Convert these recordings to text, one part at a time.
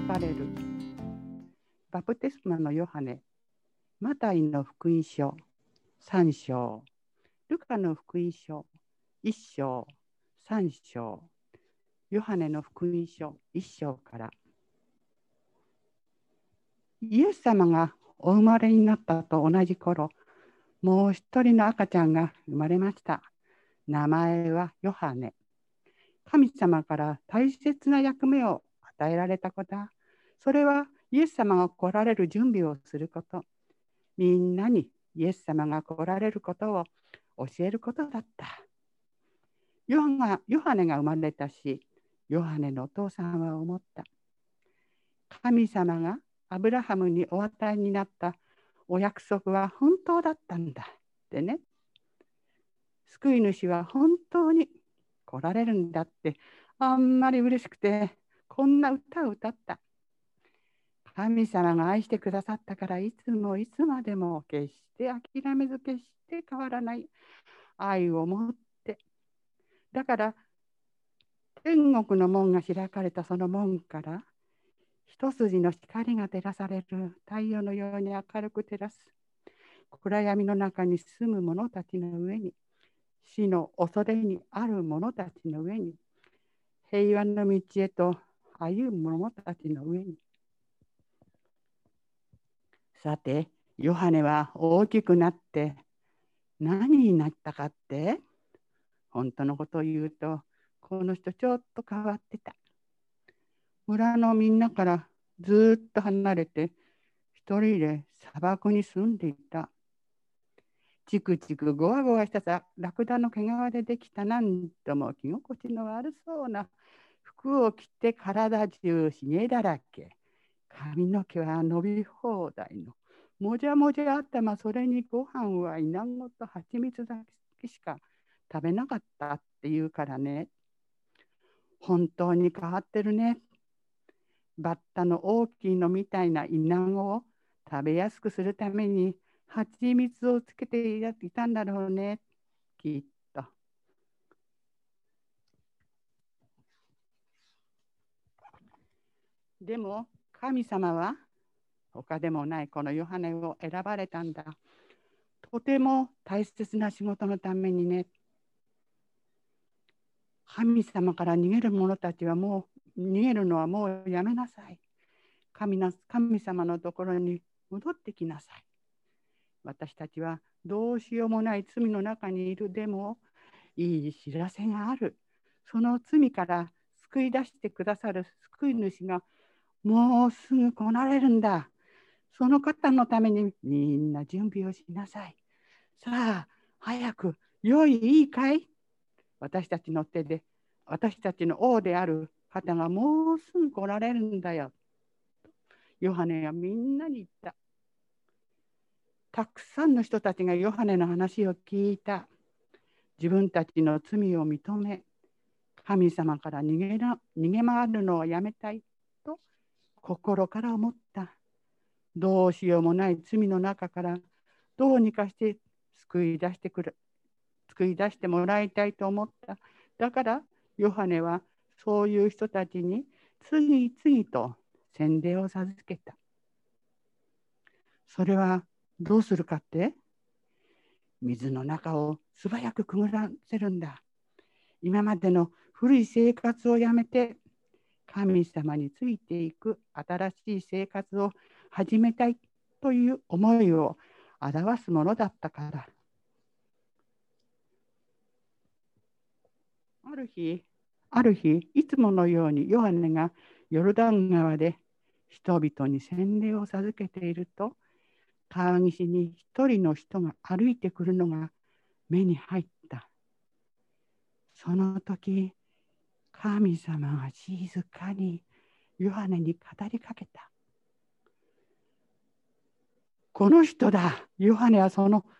かれる。バプテスマのヨハネ、マタイの福音書3章、ルカの福音書1章3章、ヨハネの福音書1章から。イエス様がお生まれになったと同じ頃、もう一人の赤ちゃんが生まれました。名前はヨハネ。神様から大切な役目を与えられたこと。それはイエス様が来られる準備をすること。みんなにイエス様が来られることを教えることだった。ヨハネが生まれたし、ヨハネのお父さんは思った。神様がアブラハムにお与えになったお約束は本当だったんだってね。救い主は本当に来られるんだって、あんまり嬉しくてこんな歌を歌った。神様が愛してくださったから、いつもいつまでも決して諦めず、決して変わらない愛を持って。だから天国の門が開かれたその門から一筋の光が照らされる。太陽のように明るく照らす。暗闇の中に住む者たちの上に、死の恐れにある者たちの上に、平和の道へと歩む者たちの上に。さて、ヨハネは大きくなって何になったかって、本当のことを言うと、この人ちょっと変わってた。村のみんなからずっと離れて、一人で砂漠に住んでいた。チクチクゴワゴワしたラクダの毛皮でできた何とも着心地の悪そうな服を着て、体中ひげだらけ。髪の毛は伸び放題のもじゃもじゃ頭、それにご飯はイナゴと蜂蜜だけしか食べなかったっていうからね。本当に変わってるね。バッタの大きいのみたいなイナゴを食べやすくするために蜂蜜をつけていたんだろうね、きっと。でも神様は他でもないこのヨハネを選ばれたんだ。とても大切な仕事のためにね。神様から逃げる者たちは逃げるのはもうやめなさい。神様のところに戻ってきなさい。私たちはどうしようもない罪の中にいる。でもいい知らせがある。その罪から救い出してくださる救い主がもうすぐ来られるんだ。その方のためにみんな準備をしなさい。さあ早く、いいかい。私たちの手で、私たちの王である方がもうすぐ来られるんだよ。ヨハネはみんなに言った。たくさんの人たちがヨハネの話を聞いた。自分たちの罪を認め、神様から逃げ回るのをやめたいと心から思った。どうしようもない罪の中からどうにかして救い出してもらいたいと思った。だからヨハネはそういう人たちに次々と洗礼を授けた。それはどうするかって、水の中を素早くくぐらせるんだ。今までの古い生活をやめて神様についていく新しい生活を始めたいという思いを表すものだったから。ある日、いつものようにヨハネがヨルダン川で人々に洗礼を授けていると、川岸に一人の人が歩いてくるのが目に入った。その時、神様が静かにヨハネに語りかけた。この人だ。ヨハネは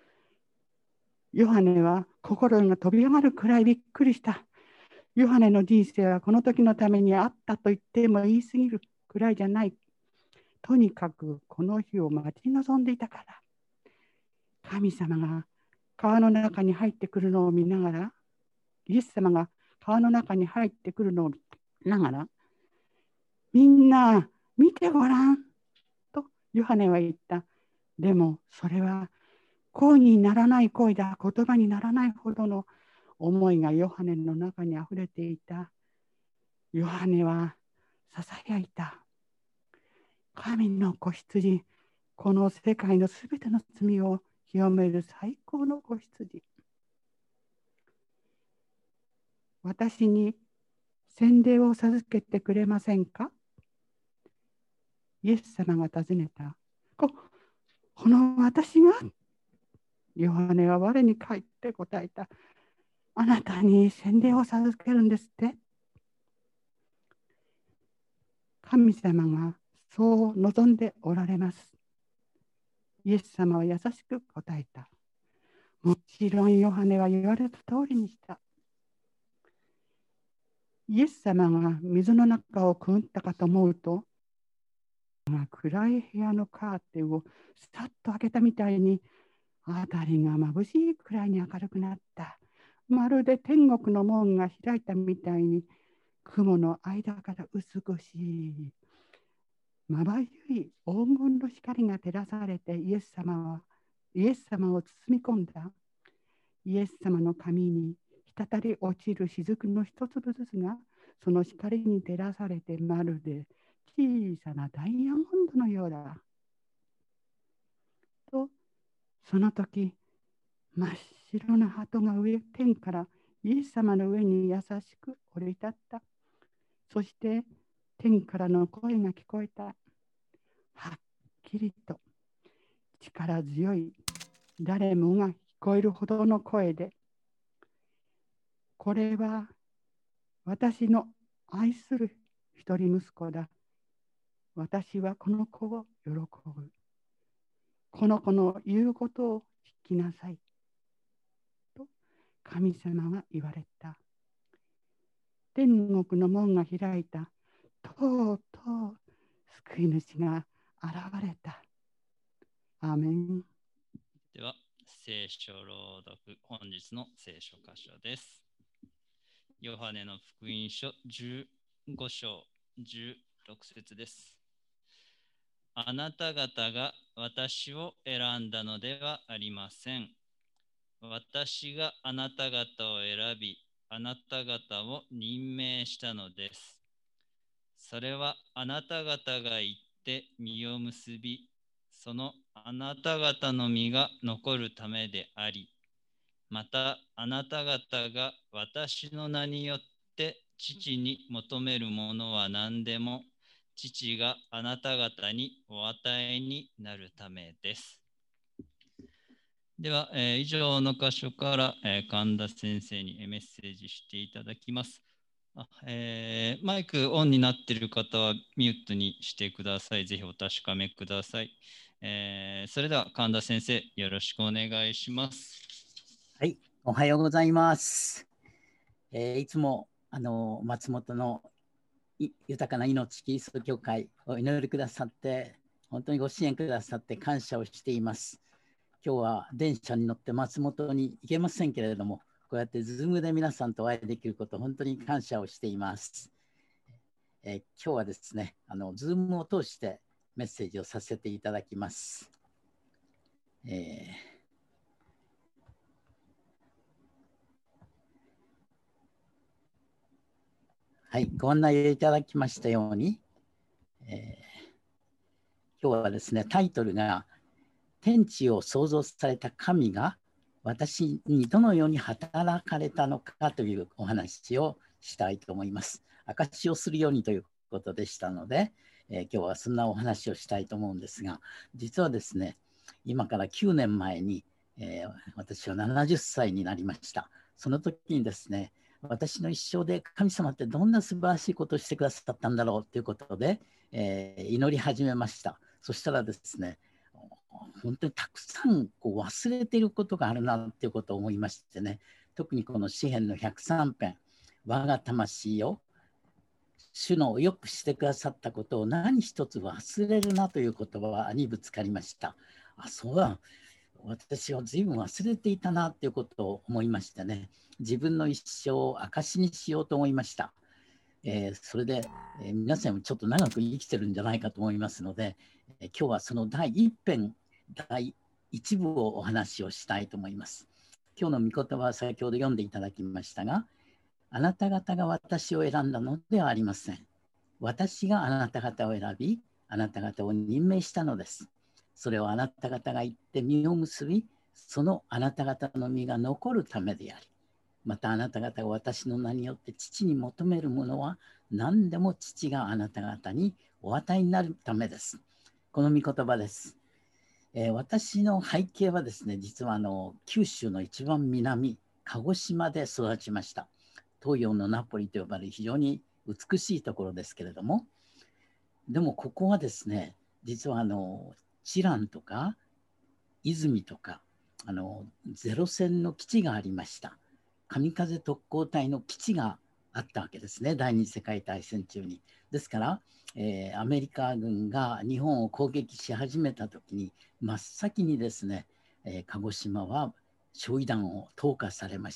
心が飛び上がるくらいびっくりした。ヨハネの人生はこの時のためにあったと言っても言い過ぎるくらいじゃない。とにかくこの日を待ち望んでいたから。神様が川の中に入ってくるのを見ながら、イエス様が川の中に入ってくるのを見ながら、みんな見てごらんとヨハネは言った。でもそれは声にならない声だ、言葉にならないほどの思いがヨハネの中にあふれていた。ヨハネはささやいた。神の子羊、この世界のすべての罪を清める最高の子羊。私に洗礼を授けてくれませんか？イエス様が尋ねた。この私が？ヨハネは我に返って答えた。あなたに洗礼を授けるんですって？神様がそう望んでおられます。イエス様は優しく答えた。もちろんヨハネは言われた通りにした。イエス様が水の中をくぐったかと思うと、暗い部屋のカーテンをさっと開けたみたいに、辺りが眩しいくらいに明るくなった。まるで天国の門が開いたみたいに、雲の間から美しい、まばゆい黄金の光が照らされてイエス様を包み込んだ。イエス様の髪に滴り落ちる雫の一粒ずつがその光に照らされてまるで小さなダイヤモンドのようだ。と、その時、真っ白な鳩が天からイエス様の上に優しく降り立った。そして天からの声が聞こえた。はっきりと力強い誰もが聞こえるほどの声で、これは私の愛する一人息子だ。私はこの子を喜ぶ。この子の言うことを聞きなさい。と神様が言われた。天国の門が開いた。とうとう救い主が現れた。アーメン。 では、聖書朗読、本日の聖書箇所です。ヨハネの福音書15章16節です。あなた方が私を選んだのではありません。私があなた方を選び、あなた方を任命したのです。それはあなた方が行って実を結び、そのあなた方の実が残るためであり、またあなた方が私の名によって父に求めるものは何でも、父があなた方にお与えになるためです。では、以上の箇所から、神田先生にメッセージしていただきます。マイクオンになっている方はミュートにしてください。ぜひお確かめください。それでは神田先生、よろしくお願いします。 はい、おはようございます。いつも松本の豊かな命キリスト教会を祈りくださって、本当にご支援くださって感謝をしています。今日は電車に乗って松本に行けませんけれども、こうやってズームで皆さんとお会いできること、本当に感謝をしています。今日はですね、ズームを通してメッセージをさせていただきます。はい、ご案内をいただきましたように、今日はですね、タイトルが天地を創造された神が私にどのように働かれたのかというお話をしたいと思います。証しをするようにということでしたので、今日はそんなお話をしたいと思うんですが、実はですね、今から9年前に、私は70歳になりました。その時にですね、私の一生で神様ってどんな素晴らしいことをしてくださったんだろうということで、祈り始めました。そしたらですね、本当にたくさん忘れていることがあるなっていうことを思いましてね、特にこの詩編の103編、我が魂よ、主のよくしてくださったことを何一つ忘れるなという言葉にぶつかりました。そうだ、私は随分忘れていたなということを思いましてね、自分の一生を証しにしようと思いました。 それで、皆さんもちょっと長く生きてるんじゃないかと思いますので、今日はその第一編、第一部をお話をしたいと思います。今日の御言葉は先ほど読んでいただきましたが、あなた方が私を選んだのではありません。私があなた方を選び、あなた方を任命したのです。それをあなた方が言って実を結び、そのあなた方の実が残るためであり、またあなた方が私の名によって父に求めるものは何でも父があなた方にお与えになるためです。この御言葉です。私の背景はですね、実は九州の一番南、鹿児島で育ちました。東洋のナポリと呼ばれる非常に美しいところですけれども、でもここはですね、実は知覧とか泉とかゼロ戦の基地がありました。神風特攻隊の基地があったわけですね、第二次世界大戦中に。ですから、アメリカ軍が日本を攻撃し始めた時に真っ先にですね、鹿児島は焼夷弾を投下されました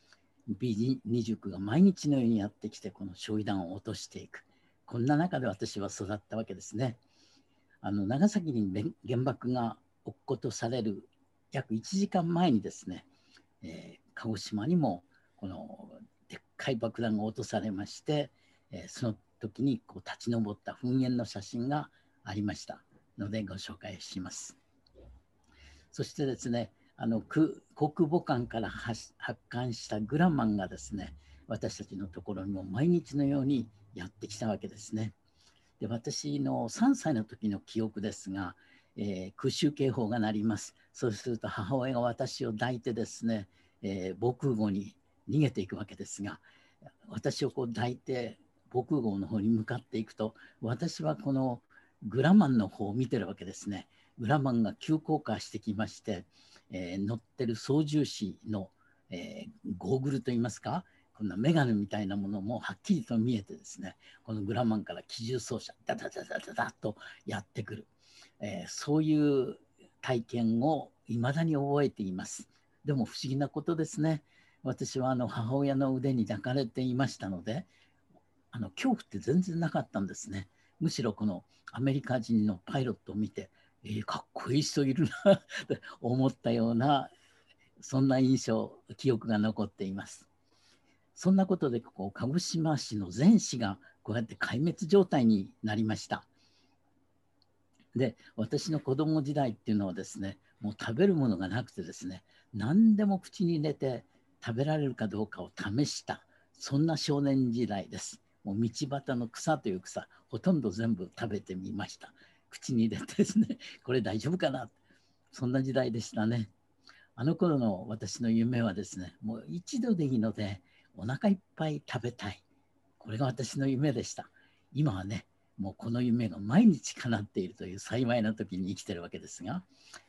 。B29が毎日のようにやってきてこの焼夷弾を落としていく。こんな中で私は育ったわけですね。長崎に原爆が落っことされる約1時間前にですね、鹿児島にもこのでっかい爆弾が落とされまして、その時にこう立ち上った噴煙の写真がありましたのでご紹介します。そしてですね、航空母艦から発艦したグラマンがですね、私たちのところにも毎日のようにやってきたわけですね。で、私の3歳の時の記憶ですが、空襲警報が鳴ります。そうすると母親が私を抱いてですね、防空壕に逃げていくわけですが、私をこう抱いて防空壕の方に向かっていくと、私はこのグラマンの方を見てるわけですね。グラマンが急降下してきまして、乗ってる操縦士の、ゴーグルといいますか、こんなメガネみたいなものもはっきりと見えてですね、このグラマンから機銃掃射ダダダダダダとやってくる、そういう体験をいまだに覚えています。でも不思議なことですね。私は母親の腕に抱かれていましたので、恐怖って全然なかったんですね。むしろこのアメリカ人のパイロットを見て、かっこいい人いるなと思ったような、そんな印象、記憶が残っています。そんなことでこう鹿児島市の全市がこうやって壊滅状態になりました。で、私の子供時代っていうのはですね、もう食べるものがなくてですね、何でも口に入れて食べられるかどうかを試した、そんな少年時代です。もう道端の草という草、ほとんど全部食べてみました。口に入れてですね、これ大丈夫かな、そんな時代でしたね。あの頃の私の夢はですね、もう一度でいいのでお腹いっぱい食べたい。これが私の夢でした。今はね、もうこの夢が毎日叶っているという幸いな時に生きているわけですが、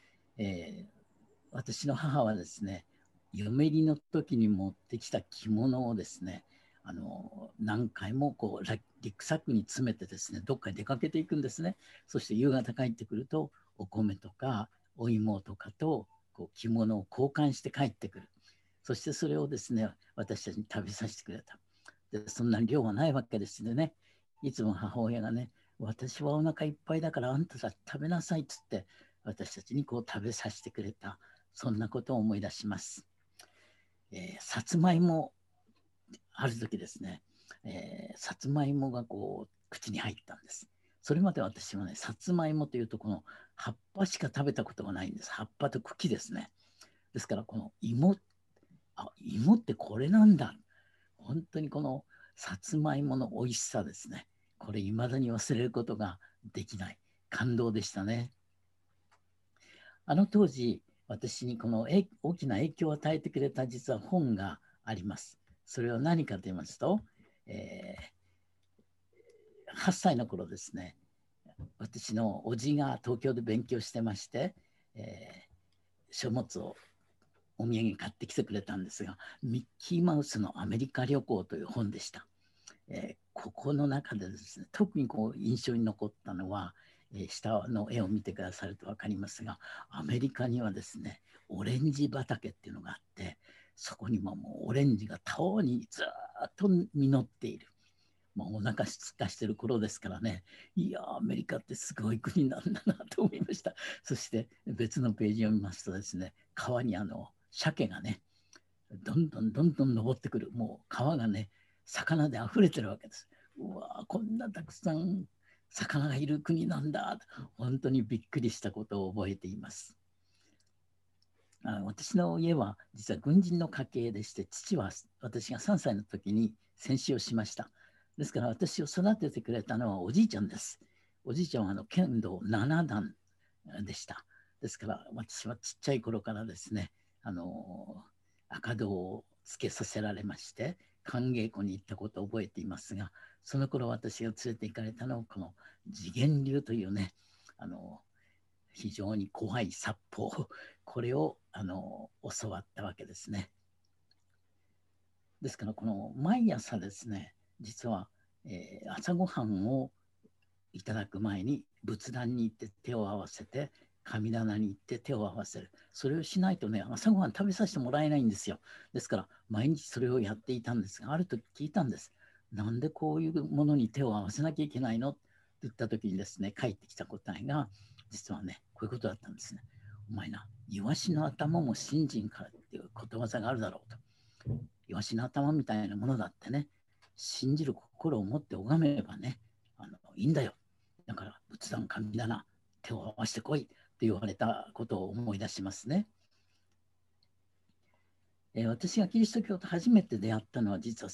私の母はですね、嫁入りの時に持ってきた着物をですね、何回もこうリュックサックに詰めてですね、どっかに出かけていくんですね。そして夕方帰ってくるとお米とかお芋とかとこう着物を交換して帰ってくる。そしてそれをですね、私たちに食べさせてくれた。で、そんな量はないわけですよね。いつも母親がね、私はお腹いっぱいだからあんたたち食べなさいっつって私たちにこう食べさせてくれた、そんなことを思い出します。さつまいも、ある時ですね、さつまいもがこう口に入ったんです。それまで私はね、さつまいもというとこの葉っぱしか食べたことがないんです。葉っぱと茎ですね。ですからこの芋ってこれなんだ。本当にこのさつまいもの美味しさですね。これ未だに忘れることができない。感動でしたね。あの当時、私にこの大きな影響を与えてくれた実は本があります。それは何かと言いますと、8歳の頃ですね、私の叔父が東京で勉強してまして、書物をお土産に買ってきてくれたんですが、ミッキーマウスのアメリカ旅行という本でした。ここの中でですね、特にこう印象に残ったのは、下の絵を見てくださると分かりますが、アメリカにはですね、オレンジ畑っていうのがあって、そこにももうオレンジがたわわにずっと実っている。 お腹すかしてる頃ですからね、いやアメリカってすごい国なんだなと思いました。そして別のページを見ますとですね、川に鮭がね、どんどんどんどん登ってくる、もう川がね、魚で溢れてるわけです。うわこんなたくさん魚がいる国なんだ、本当にびっくりしたことを覚えています。私の家は実は軍人の家系でして、父は私が3歳の時に戦死をしました。ですから私を育ててくれたのはおじいちゃんです。おじいちゃんは剣道7段でした。ですから私はちっちゃい頃からですね、赤道をつけさせられまして、歓迎湖に行ったことを覚えていますが、その頃私が連れて行かれたのはこの次元流というね、非常に怖い殺法、これを教わったわけですね。ですからこの毎朝ですね、実は、朝ごはんをいただく前に仏壇に行って手を合わせて、神棚に行って手を合わせる。それをしないとね、朝ごはん食べさせてもらえないんですよ。ですから毎日それをやっていたんですが、ある時聞いたんです。なんでこういうものに手を合わせなきゃいけないのって言った時にですね、返ってきた答えが、実はね、こういうことだったんですね。お前な、イワシの頭も信心からっていうことわざがあるだろうと。イワシの頭みたいなものだってね、信じる心を持って拝めばね、いいんだよ。だから仏壇神棚、手を合わせてこいって言われたことを思い出しますね。私がキリスト教と初めて出会ったのは実は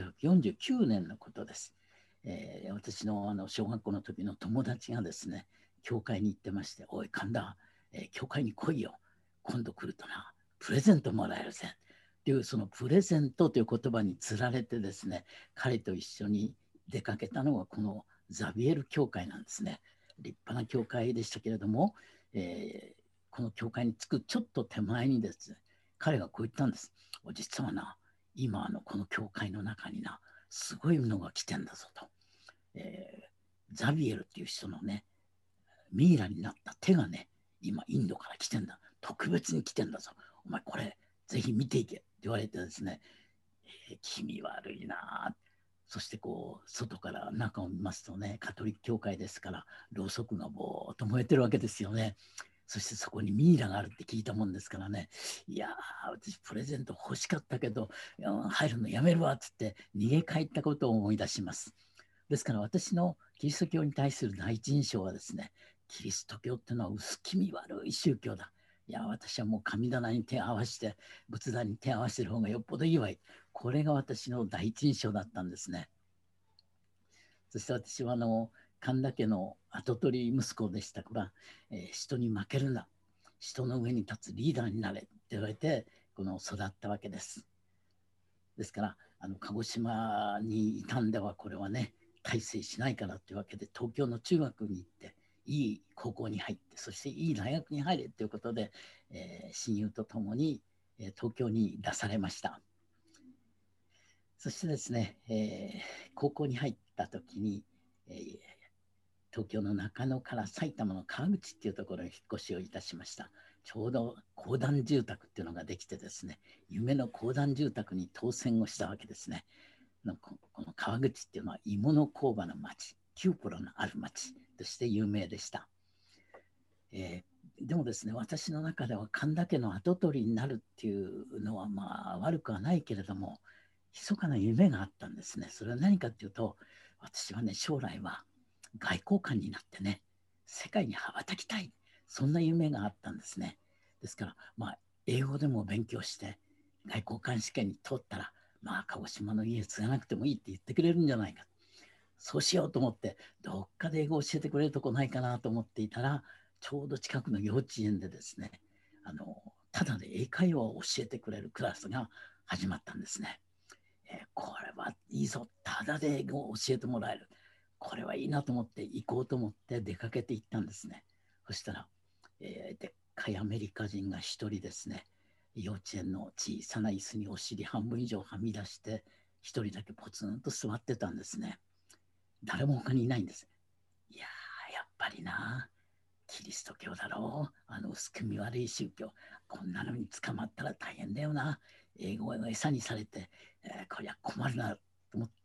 1949年のことです。私の小学校の時の友達がですね、教会に行ってまして、おい神田、教会に来いよ。今度来るとな、プレゼントもらえるぜ。っていうそのプレゼントという言葉につられてですね、彼と一緒に出かけたのがこのザビエル教会なんですね。立派な教会でしたけれども、この教会に着くちょっと手前にですね、彼がこう言ったんです。実はな、今この教会の中にな、すごいのが来てんだぞと。ザビエルっていう人のね、ミイラになった手がね、今インドから来てんだ。特別に来てんだぞ。お前これぜひ見ていけって言われてですね、気味悪いな。そしてこう外から中を見ますとね、カトリック教会ですからろうそくがぼーっと燃えてるわけですよね。そしてそこにミイラがあるって聞いたもんですからね、いや私プレゼント欲しかったけど入るのやめるわっつって逃げ帰ったことを思い出します。ですから私のキリスト教に対する第一印象はですね、キリスト教っていうのは薄気味悪い宗教だ。いや私はもう神棚に手を合わせて仏壇に手を合わせる方がよっぽどいいわい。これが私の第一印象だったんですね。そして私は神田家の跡取り息子でしたから、人に負けるな、人の上に立つリーダーになれって言われて育ったわけです。ですから鹿児島にいたんではこれはね大成しないからというわけで東京の中学に行っていい高校に入ってそしていい大学に入れということで、親友と共に、東京に出されました。そしてですね、高校に入った時に、東京の中野から埼玉の川口っていうところに引っ越しをいたしました。ちょうど公団住宅っていうのができてですね、夢の公団住宅に当選をしたわけですね。この川口っていうのは鋳物工場の町、キューポラのある町として有名でした。でもですね、私の中では神田家の跡取りになるっていうのはまあ悪くはないけれども、密かな夢があったんですね。それは何かっていうと、私はね、将来は外交官になってね、世界に羽ばたきたい。そんな夢があったんですね。ですから、まあ、英語でも勉強して、外交官試験に通ったら、まあ、鹿児島の家継がなくてもいいって言ってくれるんじゃないか。そうしようと思って、どっかで英語を教えてくれるとこないかなと思っていたら、ちょうど近くの幼稚園でですね、ただで英会話を教えてくれるクラスが始まったんですね。これはいいぞ、ただで英語を教えてもらえる。これはいいなと思って行こうと思って出かけて行ったんですね。そしたら、でっかいアメリカ人が一人ですね、幼稚園の小さな椅子にお尻半分以上はみ出して、一人だけポツンと座ってたんですね。誰も他にいないんです。いやー、やっぱりな、キリスト教だろう。薄気味悪い宗教。こんなのに捕まったら大変だよな。英語を餌にされて、こりゃ困るなと思って、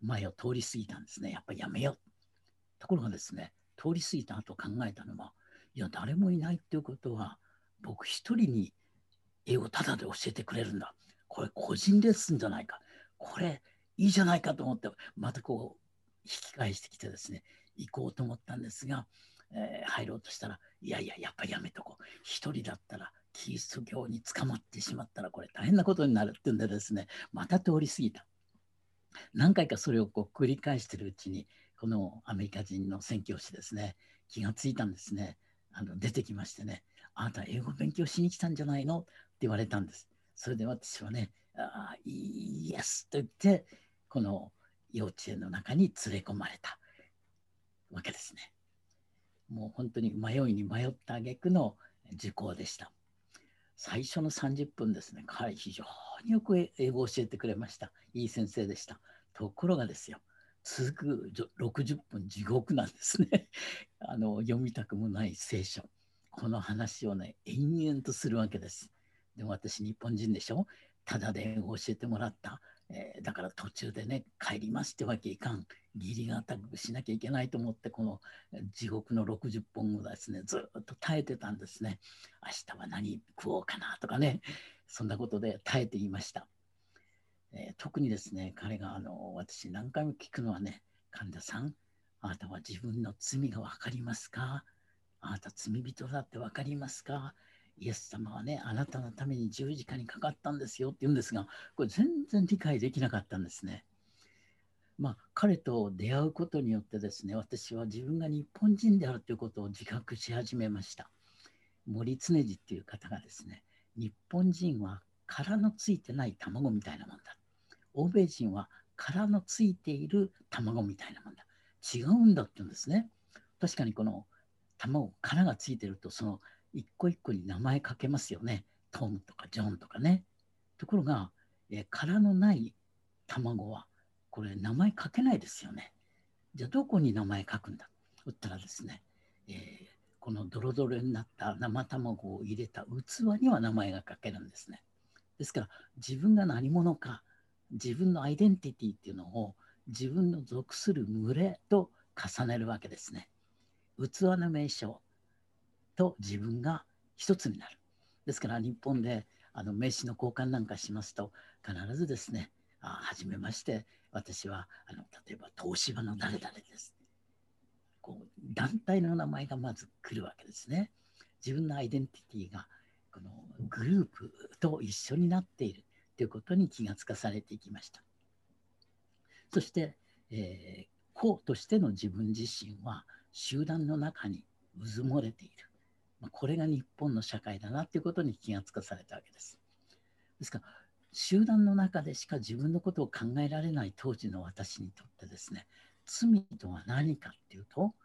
前を通り過ぎたんですね。やっぱりやめよう。ところがですね、通り過ぎた後考えたのは、いや、誰もいないっていうことは、僕一人に英語タダで教えてくれるんだ。これ個人レッスンじゃないか。これいいじゃないかと思って、またこう引き返してきてですね、行こうと思ったんですが、入ろうとしたら、いやいや、やっぱりやめとこう。一人だったら、キリスト教に捕まってしまったら、これ大変なことになるっていうんでですね、また通り過ぎた。何回かそれをこう繰り返しているうちに、このアメリカ人の宣教師ですね、気がついたんですね。出てきましてね、あなた英語勉強しに来たんじゃないのって言われたんです。それで私はね、イエスと言って、この幼稚園の中に連れ込まれたわけですね。もう本当に迷いに迷った挙句の受講でした。最初の30分ですね、彼非常によく英語を教えてくれました。いい先生でした。ところがですよ、続く60分地獄なんですね。読みたくもない聖書。この話をね、延々とするわけです。でも私、日本人でしょ。ただで英語を教えてもらった。だから途中でね、帰りますってわけいかん。義理がたくしなきゃいけないと思って、この地獄の60本をですね、ずっと耐えてたんですね。明日は何食おうかなとかね、そんなことで耐えていました。特にですね、彼が私何回も聞くのはね、神田さん、あなたは自分の罪が分かりますか？あなた罪人だって分かりますか？イエス様はね、あなたのために十字架にかかったんですよって言うんですが、これ全然理解できなかったんですね。彼と出会うことによってですね、私は自分が日本人であるということを自覚し始めました。森常次っていう方がですね、日本人は殻のついてない卵みたいなもんだ。欧米人は殻のついている卵みたいなもんだ。違うんだって言うんですね。確かにこの卵、殻がついてると、その一個一個に名前かけますよね。トムとかジョンとかね。ところが、殻のない卵は、これ名前かけないですよね。じゃあどこに名前書くんだと言ったらですね、このドロドロになった生卵を入れた器には名前が書けるんですね。ですから自分が何者か、自分のアイデンティティっていうのを自分の属する群れと重ねるわけですね。器の名称と自分が一つになる。ですから日本で名刺の交換なんかしますと必ずですね、はじめまして、私は例えば東芝の誰々です。こう団体の名前がまず来るわけですね。自分のアイデンティティがこのグループと一緒になっているということに気がつかされていきました。そして、個としての自分自身は集団の中にうずもれている。これが日本の社会だなということに気がつかされたわけです。ですから集団の中でしか自分のことを考えられない当時の私にとってですね、罪とは何かっていうと、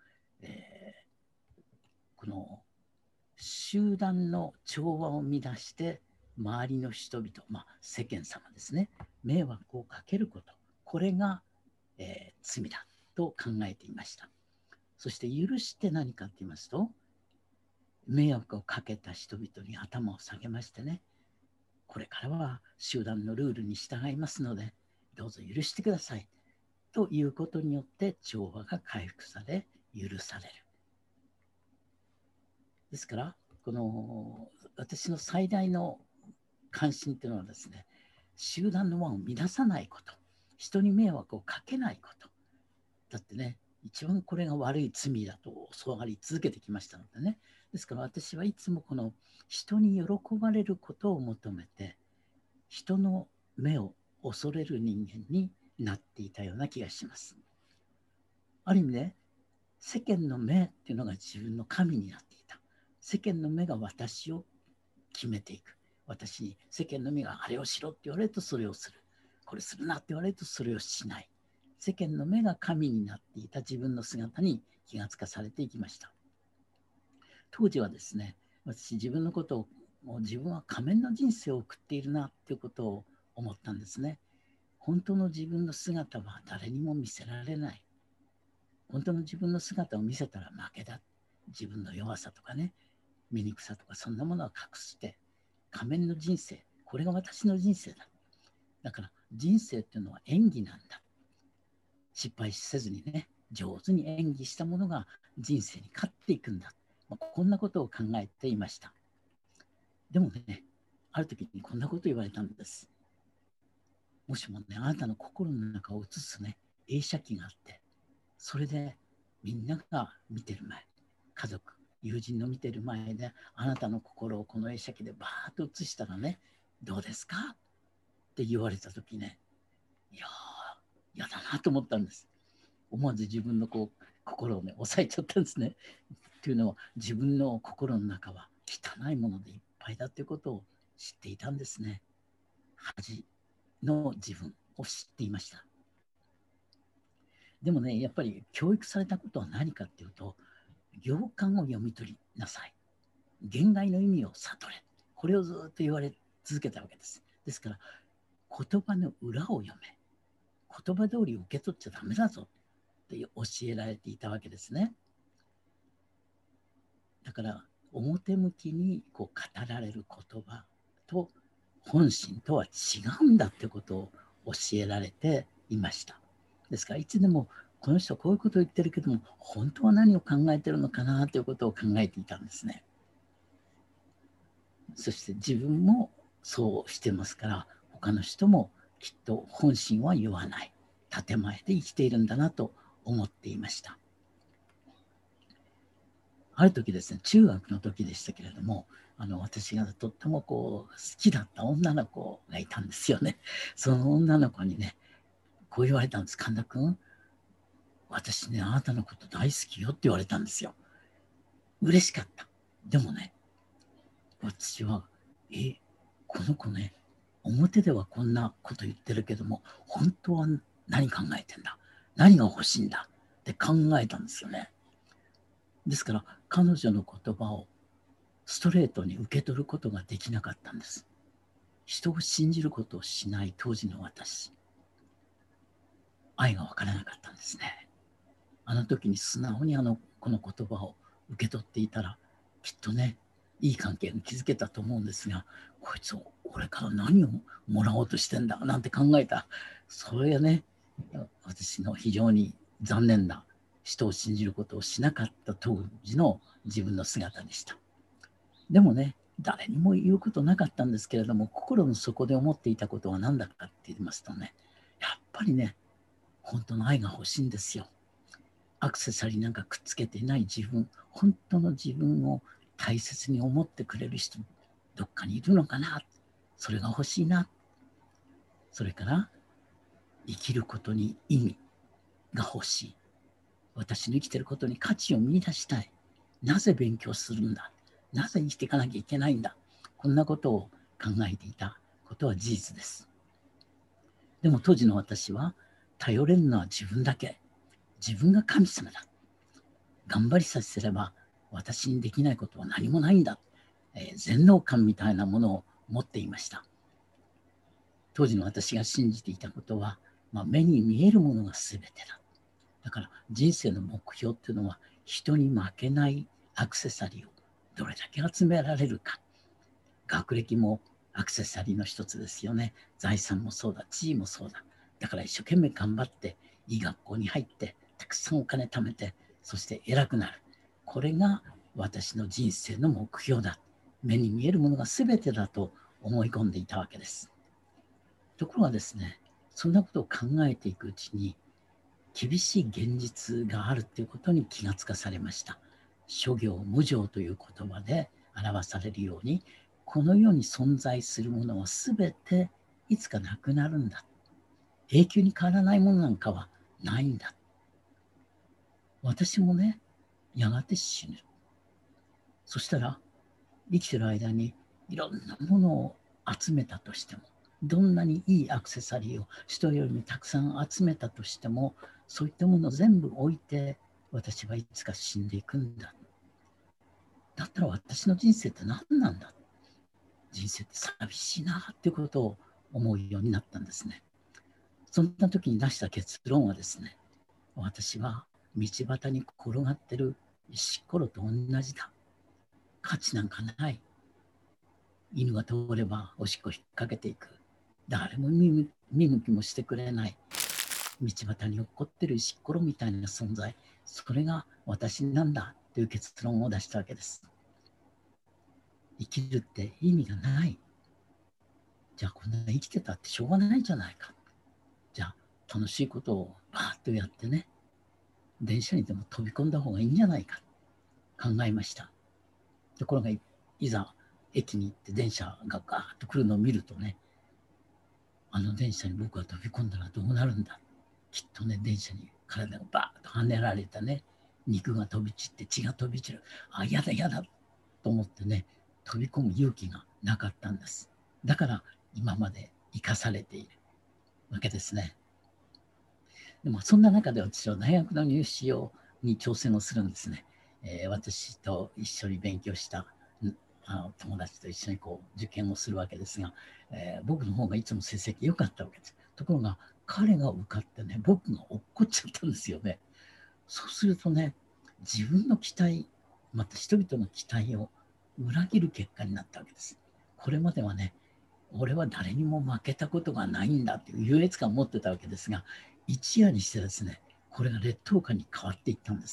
この集団の調和を乱して周りの人々、世間様ですね、迷惑をかけること、これが、罪だと考えていました。そして許して何かって言いますと、迷惑をかけた人々に頭を下げましてね、これからは集団のルールに従いますので、どうぞ許してくださいということによって調和が回復され、許される。ですから、この私の最大の関心というのはですね、集団の輪を乱さないこと、人に迷惑をかけないこと。だってね、一番これが悪い罪だと教わり続けてきましたのでね。ですから私はいつもこの人に喜ばれることを求めて、人の目を恐れる人間になっていたような気がします。ある意味で、世間の目っていうのが自分の神になっていた。世間の目が私を決めていく。私に世間の目があれをしろって言われるとそれをする。これするなって言われるとそれをしない。世間の目が神になっていた自分の姿に気がつかされていきました。当時はですね、私自分のことを自分は仮面の人生を送っているなっていうことを思ったんですね。本当の自分の姿は誰にも見せられない。本当の自分の姿を見せたら負けだ。自分の弱さとかね、醜さとかそんなものは隠して仮面の人生、これが私の人生だ。だから人生っていうのは演技なんだ。 失敗せずにね、上手に演技したものが人生に勝っていくんだ。こんなことを考えていました。でもね、ある時にこんなこと言われたんです。もしもね、あなたの心の中を映すね、映写機があって、それでみんなが見てる前、家族、友人の見てる前で、あなたの心をこの映写機でバーッと映したらね、どうですかって言われた時ね、いやー、嫌だなと思ったんです。思わず自分の心をね、抑えちゃったんですね。というのは、自分の心の中は汚いものでいっぱいだということを知っていたんですね。恥の自分を知っていました。でもね、やっぱり教育されたことは何かっていうと、行間を読み取りなさい。言外の意味を悟れ。これをずっと言われ続けたわけです。ですから、言葉の裏を読め。言葉通り受け取っちゃダメだぞって教えられていたわけですね。だから、表向きに語られる言葉と本心とは違うんだってことを教えられていました。ですから、いつでもこの人はこういうことを言ってるけども、本当は何を考えてるのかなということを考えていたんですね。そして自分もそうしてますから、他の人もきっと本心は言わない、建前で生きているんだなと思っていました。ある時ですね、中学の時でしたけれども、私がとっても好きだった女の子がいたんですよね。その女の子にね、こう言われたんです。神田君、私ね、あなたのこと大好きよって言われたんですよ。嬉しかった。でもね、私は、この子ね、表ではこんなこと言ってるけども、本当は何考えてんだ、何が欲しいんだって考えたんですよね。ですから、彼女の言葉をストレートに受け取ることができなかったんです。人を信じることをしない当時の私、愛が分からなかったんですね。あの時に素直にこの言葉を受け取っていたら、きっとね、いい関係に築けたと思うんですが、こいつ俺から何をもらおうとしてんだなんて考えた。それがね、私の非常に残念な、人を信じることをしなかった当時の自分の姿でした。でもね、誰にも言うことなかったんですけれども、心の底で思っていたことは何だかって言いますとね、やっぱりね、本当の愛が欲しいんですよ。アクセサリーなんかくっつけていない自分、本当の自分を大切に思ってくれる人、どっかにいるのかな。それが欲しいな。それから、生きることに意味が欲しい。私の生きていることに価値を見出したい。なぜ勉強するんだ。なぜ生きていかなきゃいけないんだ。こんなことを考えていたことは事実です。でも当時の私は、頼れるのは自分だけ。自分が神様だ。頑張りさせれば私にできないことは何もないんだ。全能感みたいなものを持っていました。当時の私が信じていたことは、目に見えるものが全てだ。だから人生の目標っていうのは、人に負けないアクセサリーをどれだけ集められるか。学歴もアクセサリーの一つですよね。財産もそうだ、地位もそうだ。だから一生懸命頑張って、いい学校に入って、たくさんお金貯めて、そして偉くなる。これが私の人生の目標だ。目に見えるものが全てだと思い込んでいたわけです。ところがですね、そんなことを考えていくうちに、厳しい現実があるということに気がつかされました。諸行無常という言葉で表されるように、この世に存在するものは全ていつかなくなるんだ。永久に変わらないものなんかはないんだ。私もね、やがて死ぬ。そしたら、生きてる間にいろんなものを集めたとしても、どんなにいいアクセサリーを一人よりもたくさん集めたとしても、そういったものを全部置いて、私はいつか死んでいくんだ。だったら私の人生って何なんだ。人生って寂しいなっていうことを思うようになったんですね。そんな時に出した結論はですね、私は道端に転がってる石ころと同じだ。価値なんかない。犬が通ればおしっこ引っ掛けていく。誰も見向きもしてくれない。 道端に落っこってる石ころみたいな存在、それが私なんだという結論を出したわけです。生きるって意味がない。じゃあこんな生きてたってしょうがないじゃないか。じゃあ楽しいことをバーッとやってね、電車にでも飛び込んだ方がいいんじゃないか考えました。ところがいざ駅に行って電車がガーッと来るのを見るとね、あの電車に僕が飛び込んだらどうなるんだ。きっとね、電車に体がバーッと跳ねられたね、肉が飛び散って血が飛び散る。あ、やだやだと思ってね、飛び込む勇気がなかったんです。だから今まで生かされているわけですね。でもそんな中で私は大学の入試に挑戦をするんですね。私と一緒に勉強した友達と一緒に受験をするわけですが、僕の方がいつも成績良かったわけです。ところが彼が受かってね、僕が落っこっちゃったんですよね。そうするとね、自分の期待、また人々の期待を裏切る結果になったわけです。これまではね、俺は誰にも負けたことがないんだという優越感を持ってたわけですが、一夜にしてですね、これが劣等感に変わっていったんです。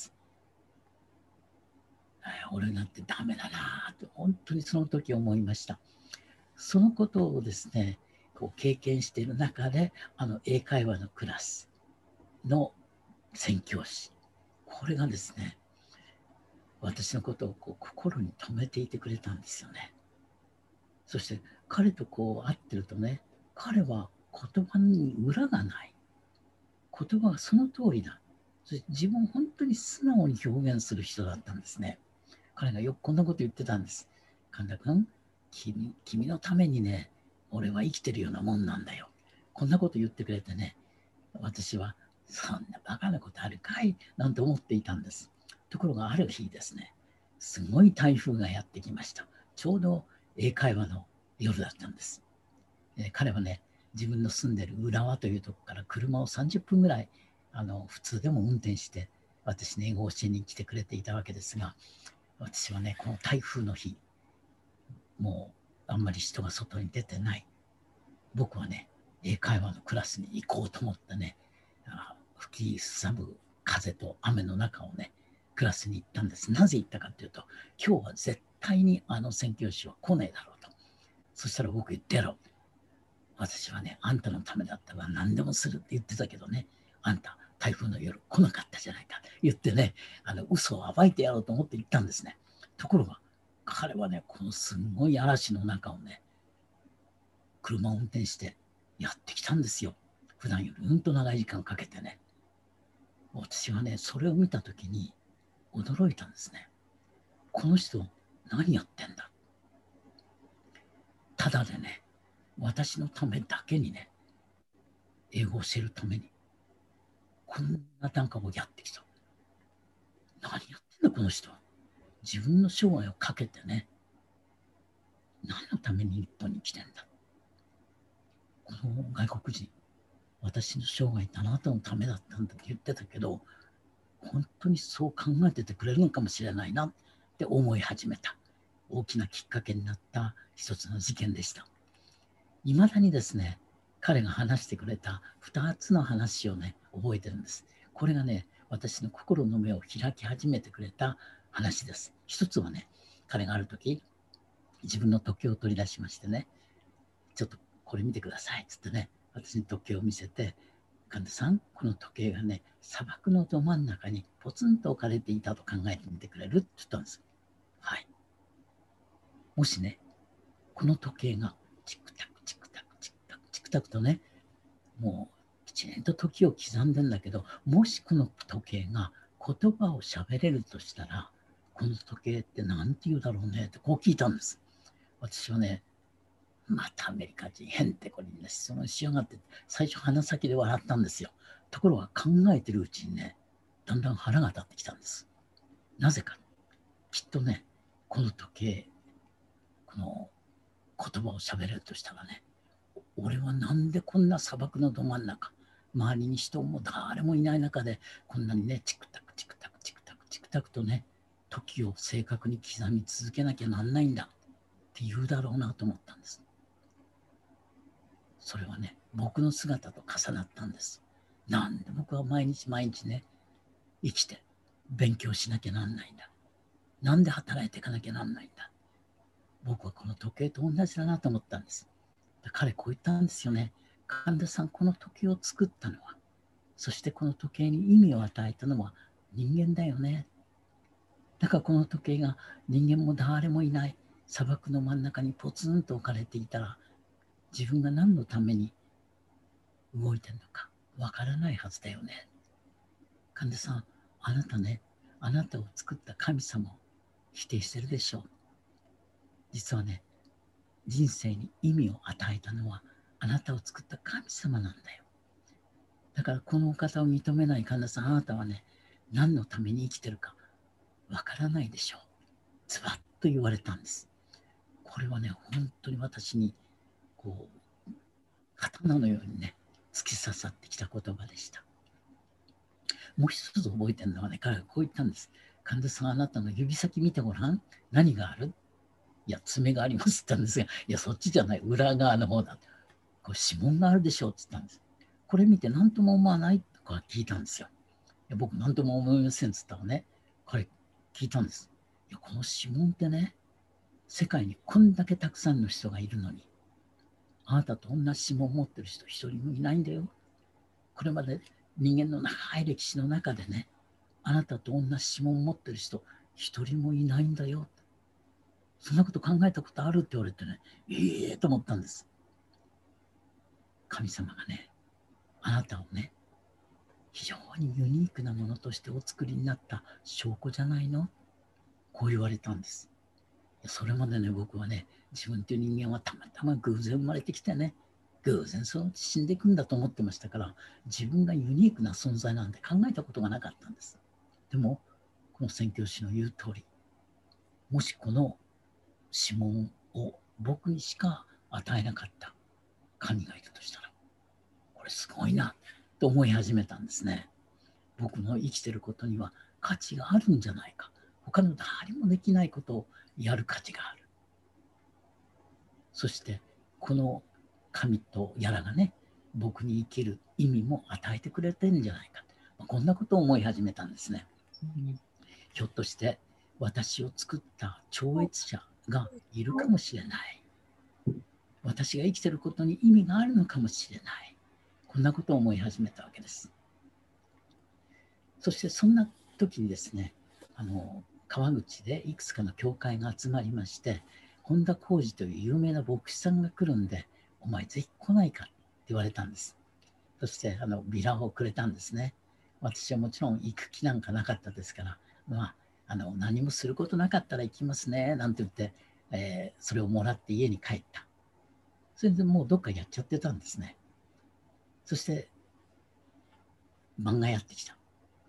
俺なんてダメだなと本当にその時思いました。そのことをですね、経験している中で、英会話のクラスの宣教師、これがですね、私のことを心に留めていてくれたんですよね。そして彼と会ってるとね、彼は言葉に裏がない。言葉がその通りだ。そして自分を本当に素直に表現する人だったんですね。彼がよくこんなこと言ってたんです。神田君、君のためにね、俺は生きてるようなもんなんだよ。こんなこと言ってくれてね、私はそんなバカなことあるかいなんて思っていたんです。ところがある日ですね、すごい台風がやってきました。ちょうど英会話の夜だったんです。彼はね、自分の住んでる浦和というところから車を30分ぐらい普通でも運転して私に英語を教えに来てくれていたわけですが、私はね、この台風の日、もうあんまり人が外に出てない。僕はね、英会話のクラスに行こうと思ってね、吹きすさぶ風と雨の中をね、クラスに行ったんです。なぜ行ったかというと、今日は絶対に宣教師は来ねえだろうと。そしたら僕言ってやろう。私はね、あんたのためだったら何でもするって言ってたけどね、あんた台風の夜来なかったじゃないか言ってね、嘘を暴いてやろうと思って行ったんですね。ところが、彼はね、このすごい嵐の中をね、車を運転してやってきたんですよ。普段よりうんと長い時間かけてね。私はね、それを見たときに驚いたんですね。この人、何やってんだ。ただでね、私のためだけにね、英語を教えるために、こんな段階をやってきた。何やってんだ、この人は。自分の生涯をかけてね、何のために日本に来てんだ。この外国人、私の生涯あなたのためだったんだって言ってたけど、本当にそう考えててくれるのかもしれないなって思い始めた。大きなきっかけになった一つの事件でした。いまだにですね、彼が話してくれた2つの話をね、覚えてるんです。これがね、私の心の目を開き始めてくれた話です。一つはね、彼がある時、自分の時計を取り出しましてね、ちょっとこれ見てくださいっつってね、私に時計を見せて、神田さん、この時計がね、砂漠のど真ん中にポツンと置かれていたと考えてみてくれるって言ったんです。はい。もしね、この時計がチクタクチクタクチクタクチクタクとね、もうきちんと時を刻んでんだけど、もしこの時計が言葉を喋れるとしたら、この時計って何て言うだろうねってこう聞いたんです。私はね、またアメリカ人へんてこりんな質問しやがって、最初鼻先で笑ったんですよ。ところが考えてるうちにね、だんだん腹が立ってきたんです。なぜか、きっとね、この時計、この言葉を喋れるとしたらね、俺はなんでこんな砂漠のど真ん中、周りに人も誰もいない中で、こんなにね、チクタクチクタクチクタクチクタクとね、時を正確に刻み続けなきゃなんないんだって言うだろうなと思ったんです。それはね、僕の姿と重なったんです。 なんで僕は毎日毎日ね、生きて勉強しなきゃなんないんだ。なんで働いていかなきゃなんないんだ。僕はこの時計と同じだなと思ったんです。彼こう言ったんですよね。神田さん、この時計を作ったのは、そしてこの時計に意味を与えたのは人間だよね。だからこの時計が人間も誰もいない砂漠の真ん中にポツンと置かれていたら、自分が何のために動いてるのかわからないはずだよね。神田さん、あなたね、あなたを作った神様を否定してるでしょう。実はね、人生に意味を与えたのはあなたを作った神様なんだよ。だからこのお方を認めない神田さん、あなたはね、何のために生きてるかわからないでしょう。ズバッと言われたんです。これはね、本当に私にこう刀のようにね、突き刺さってきた言葉でした。もう一つ覚えてるのはね、彼がこう言ったんです。神田さん、あなたの指先見てごらん。何がある？いや、爪がありますって言ったんですが、いや、そっちじゃない、裏側の方だ。これ指紋があるでしょうって言ったんです。これ見て何とも思わないとか聞いたんですよ。いや、僕何とも思いませんって言ったらね、彼聞いたんです。いや、この指紋ってね、世界にこんだけたくさんの人がいるのに、あなたと同じ指紋を持ってる人一人もいないんだよ。これまで人間の長い歴史の中でね、あなたと同じ指紋を持ってる人一人もいないんだよ。そんなこと考えたことあるって言われてね、と思ったんです。神様がね、あなたをね、非常にユニークなものとしてお作りになった証拠じゃないの？こう言われたんです。それまでね、僕はね、自分という人間はたまたま偶然生まれてきてね、偶然そのうち死んでいくんだと思ってましたから、自分がユニークな存在なんて考えたことがなかったんです。でも、この宣教師の言う通り、もしこの指紋を僕にしか与えなかった神がいるとしたら、これすごいなと思い始めたんですね。僕の生きてることには価値があるんじゃないか。他の誰もできないことをやる価値がある。そしてこの神とやらがね、僕に生きる意味も与えてくれてるんじゃないか。こんなことを思い始めたんですね。ひょっとして私を作った超越者がいるかもしれない。私が生きてることに意味があるのかもしれない。こんなことを思い始めたわけです。そしてそんな時にですね、川口でいくつかの教会が集まりまして、本田浩二という有名な牧師さんが来るんで、お前ぜひ来ないかって言われたんです。そしてビラをくれたんですね。私はもちろん行く気なんかなかったですから、何もすることなかったら行きますねなんて言って、それをもらって家に帰った。それでもうどっかやっちゃってたんですね。そして漫画やってきた。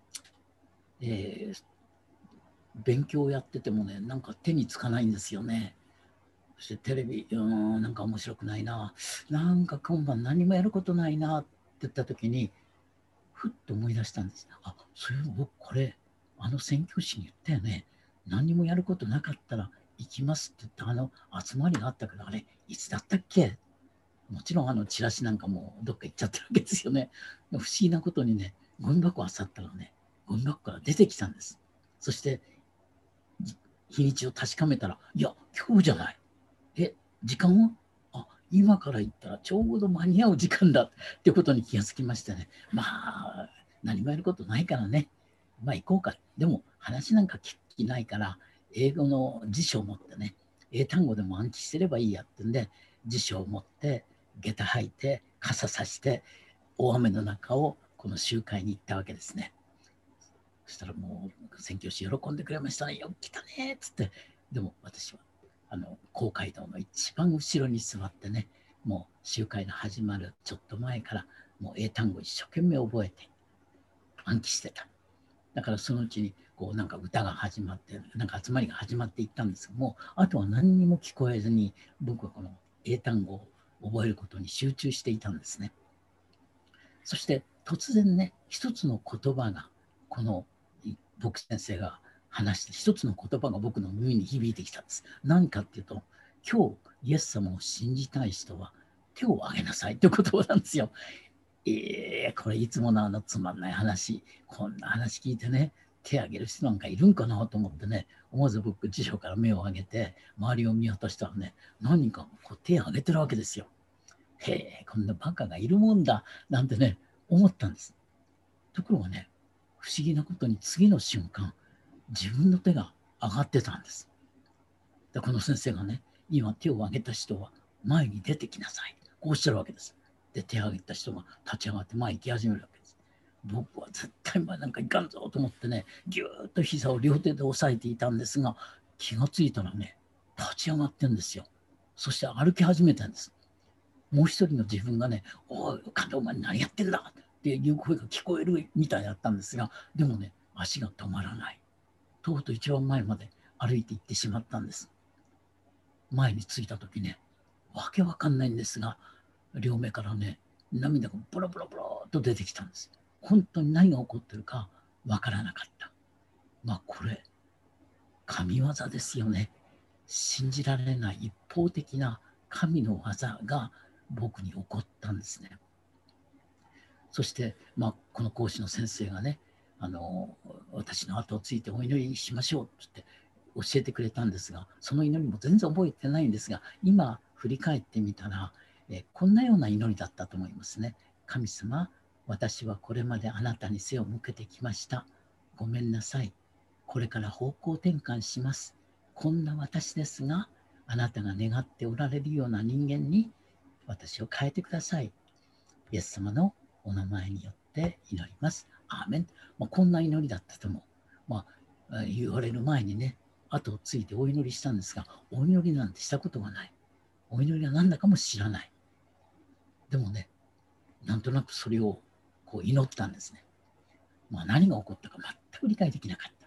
勉強をやっててもね、なんか手につかないんですよね。そしてテレビ、なんか面白くないな。なんか今晩何もやることないなって言った時に、ふっと思い出したんです。あ、そういうの僕これ、宣教師に言ったよね。何もやることなかったら行きますって言った集まりがあったけど、あれ、いつだったっけ？もちろんチラシなんかもどっか行っちゃってるわけですよね。不思議なことにね、ゴミ箱を漁ったらね、ゴミ箱から出てきたんです。そして日にちを確かめたら、いや、今日じゃない。時間は今から行ったらちょうど間に合う時間だってことに気がつきましてね。何もやることないからね。行こうか。でも話なんか聞きないから、英語の辞書を持ってね、英単語でも暗記してればいいやってんで、辞書を持って、下駄履いて、傘さして、大雨の中をこの集会に行ったわけですね。そしたらもう宣教師喜んでくれましたね。よく来たねっつって。でも私は公会堂の一番後ろに座ってね、もう集会の始まるちょっと前からもう英単語一生懸命覚えて暗記してた。だからそのうちになんか歌が始まって、なんか集まりが始まっていったんですけども、あとは何にも聞こえずに僕はこの英単語を覚えることに集中していたんですね。そして突然ね、一つの言葉がこの牧師先生が話して一つの言葉が僕の耳に響いてきたんです。何かっていうと、今日イエス様を信じたい人は手を挙げなさいという言葉なんですよ。 これいつものつまんない話、こんな話聞いてね、手を挙げる人なんかいるんかなと思ってね、思わず僕、辞書から目を上げて、周りを見渡したらね、何人かこう手を挙げてるわけですよ。へえ、こんなバカがいるもんだ、なんてね、思ったんです。ところがね、不思議なことに次の瞬間、自分の手が上がってたんです。で、この先生がね、今手を挙げた人は前に出てきなさい。こうおっしゃるわけです。で、手を挙げた人が立ち上がって前に行き始めるわけです。僕は絶対前なんか行かんぞと思ってね、ぎゅーっと膝を両手で押さえていたんですが、気がついたらね、立ち上がってんですよ。そして歩き始めたんです。もう一人の自分がね、おい、神田お前何やってんだっていう声が聞こえるみたいだったんですが、でもね、足が止まらない。とうとう一番前まで歩いて行ってしまったんです。前に着いた時ね、わけわかんないんですが、両目からね、涙がボロボロボロと出てきたんです。本当に何が起こってるかわからなかった。まあこれ、神業ですよね。信じられない一方的な神の技が僕に起こったんですね。そして、この講師の先生がね、私の後をついてお祈りしましょうって教えてくれたんですが、その祈りも全然覚えてないんですが、今振り返ってみたら、こんなような祈りだったと思いますね。神様、私はこれまであなたに背を向けてきました。ごめんなさい。これから方向転換します。こんな私ですが、あなたが願っておられるような人間に私を変えてください。イエス様のお名前によって祈ります。アーメン。こんな祈りだったと思う。言われる前にね、後をついてお祈りしたんですが、お祈りなんてしたことがない。お祈りは何だかも知らない。でもね、なんとなくそれをこう祈ったんですね。何が起こったか全く理解できなかった。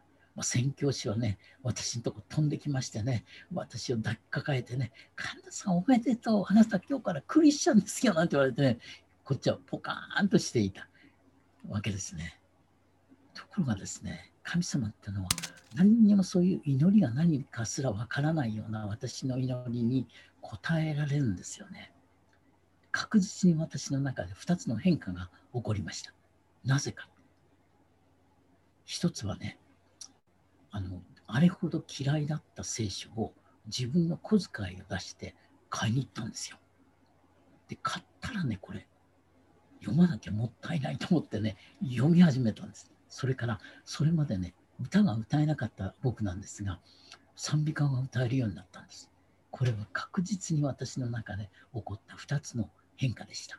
宣教師はね、私のとこ飛んできましてね、私を抱きかかえてね、神田さんおめでとう、あなた今日からクリスチャンですよなんて言われてね、こっちはポカーンとしていたわけですね。ところがですね、神様ってのは何にもそういう祈りが何かすらわからないような私の祈りに応えられるんですよね。確実に私の中で2つの変化が起こりました。なぜか。一つはね、あれほど嫌いだった聖書を自分の小遣いを出して買いに行ったんですよ。で、買ったらね、これ、読まなきゃもったいないと思ってね、読み始めたんです。それから、それまでね、歌が歌えなかった僕なんですが、賛美歌が歌えるようになったんです。これは確実に私の中で起こった2つの変化でした。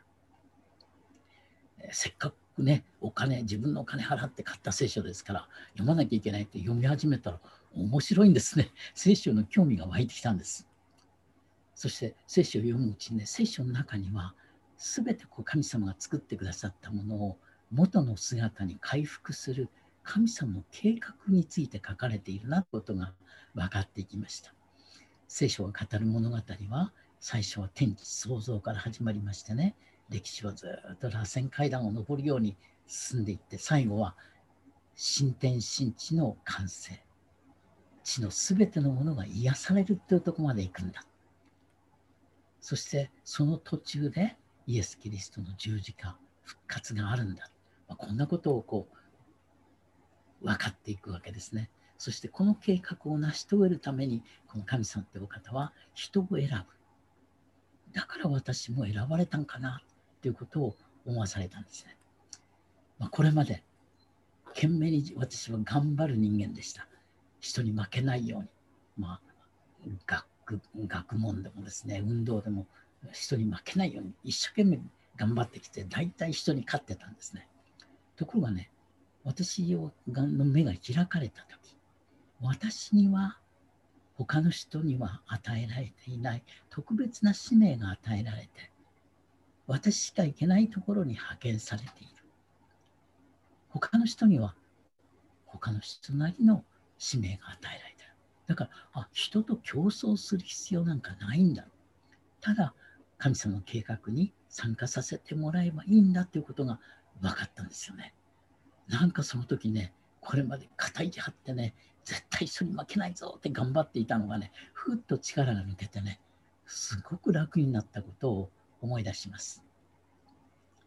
せっかくね、自分のお金払って買った聖書ですから、読まなきゃいけないって読み始めたら面白いんですね。聖書の興味が湧いてきたんです。そして聖書を読むうちにね、聖書の中には、すべて神様が作ってくださったものを元の姿に回復する神様の計画について書かれているなということが分かっていきました。聖書が語る物語は、最初は天地創造から始まりましてね、歴史はずっと螺旋階段を上るように進んでいって、最後は新天新地の完成。地のすべてのものが癒されるというところまで行くんだ。そしてその途中でイエス・キリストの十字架、復活があるんだ。こんなことを分かっていくわけですね。そしてこの計画を成し遂げるために、この神様というお方は人を選ぶ。だから私も選ばれたんかなということを思わされたんですね。これまで懸命に私は頑張る人間でした。人に負けないように。学問でもですね、運動でも人に負けないように一生懸命頑張ってきて、大体人に勝ってたんですね。ところがね、私の目が開かれたとき、私には他の人には与えられていない特別な使命が与えられて、私しか行けないところに派遣されている。他の人には他の人なりの使命が与えられている。だから、人と競争する必要なんかないんだ。ただ、神様の計画に参加させてもらえばいいんだということが分かったんですよね。なんかその時ね、これまで肩意地張ってね、絶対人に負けないぞって頑張っていたのがね、ふっと力が抜けてね、すごく楽になったことを思い出します。